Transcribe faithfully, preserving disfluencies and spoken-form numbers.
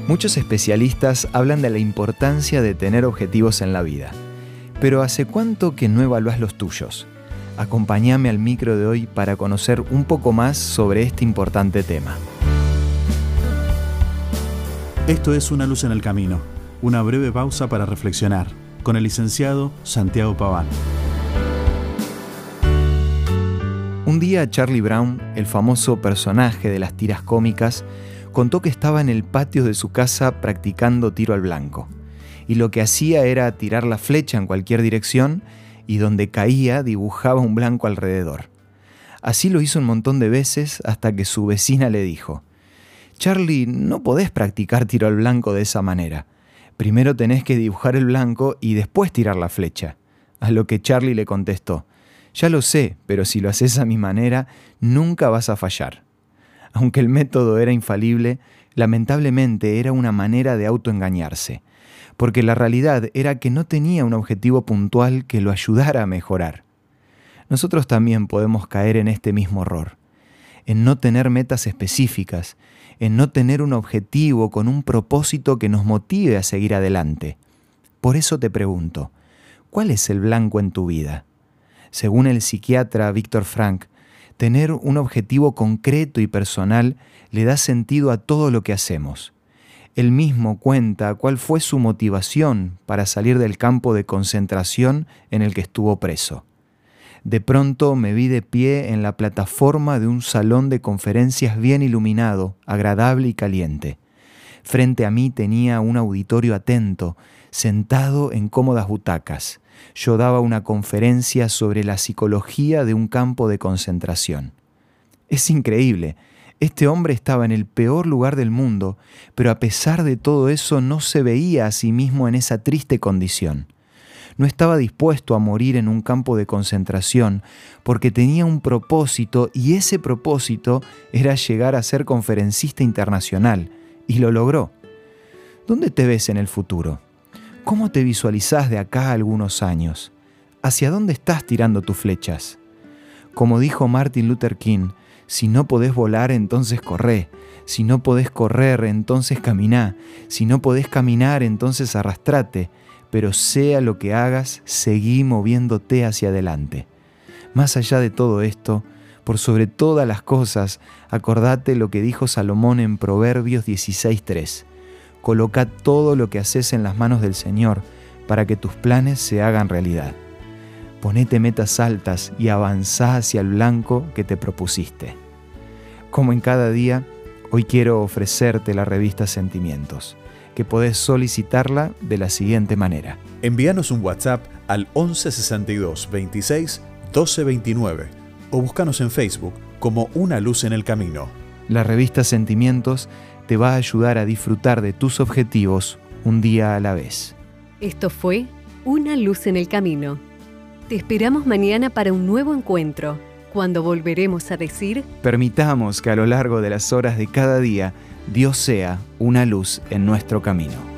Muchos especialistas hablan de la importancia de tener objetivos en la vida. Pero ¿hace cuánto que no evalúas los tuyos? Acompáñame al micro de hoy para conocer un poco más sobre este importante tema. Esto es Una luz en el camino, una breve pausa para reflexionar, con el licenciado Santiago Paván. Un día Charlie Brown, el famoso personaje de las tiras cómicas, contó que estaba en el patio de su casa practicando tiro al blanco. Y lo que hacía era tirar la flecha en cualquier dirección y donde caía dibujaba un blanco alrededor. Así lo hizo un montón de veces hasta que su vecina le dijo: «Charlie, no podés practicar tiro al blanco de esa manera. Primero tenés que dibujar el blanco y después tirar la flecha». A lo que Charlie le contestó: «Ya lo sé, pero si lo haces a mi manera, nunca vas a fallar». Aunque el método era infalible, lamentablemente era una manera de autoengañarse, porque la realidad era que no tenía un objetivo puntual que lo ayudara a mejorar. Nosotros también podemos caer en este mismo error, en no tener metas específicas, en no tener un objetivo con un propósito que nos motive a seguir adelante. Por eso te pregunto, ¿cuál es el blanco en tu vida? Según el psiquiatra Viktor Frankl, tener un objetivo concreto y personal le da sentido a todo lo que hacemos. Él mismo cuenta cuál fue su motivación para salir del campo de concentración en el que estuvo preso. De pronto me vi de pie en la plataforma de un salón de conferencias bien iluminado, agradable y caliente. Frente a mí tenía un auditorio atento, sentado en cómodas butacas. Yo daba una conferencia sobre la psicología de un campo de concentración. Es increíble. Este hombre estaba en el peor lugar del mundo, pero a pesar de todo eso no se veía a sí mismo en esa triste condición. No estaba dispuesto a morir en un campo de concentración porque tenía un propósito y ese propósito era llegar a ser conferencista internacional, y lo logró. ¿Dónde te ves en el futuro? ¿Cómo te visualizás de acá a algunos años? ¿Hacia dónde estás tirando tus flechas? Como dijo Martin Luther King, si no podés volar, entonces corré. Si no podés correr, entonces caminá. Si no podés caminar, entonces arrastrate. Pero sea lo que hagas, seguí moviéndote hacia adelante. Más allá de todo esto, por sobre todas las cosas, acordate lo que dijo Salomón en Proverbios dieciséis tres. Coloca todo lo que haces en las manos del Señor para que tus planes se hagan realidad. Ponete metas altas y avanzá hacia el blanco que te propusiste. Como en cada día, hoy quiero ofrecerte la revista Sentimientos, que podés solicitarla de la siguiente manera. Envíanos un WhatsApp al once sesenta y dos veintiséis doce veintinueve o búscanos en Facebook como Una luz en el camino. La revista Sentimientos te va a ayudar a disfrutar de tus objetivos un día a la vez. Esto fue Una luz en el camino. Te esperamos mañana para un nuevo encuentro, cuando volveremos a decir: permitamos que a lo largo de las horas de cada día Dios sea una luz en nuestro camino.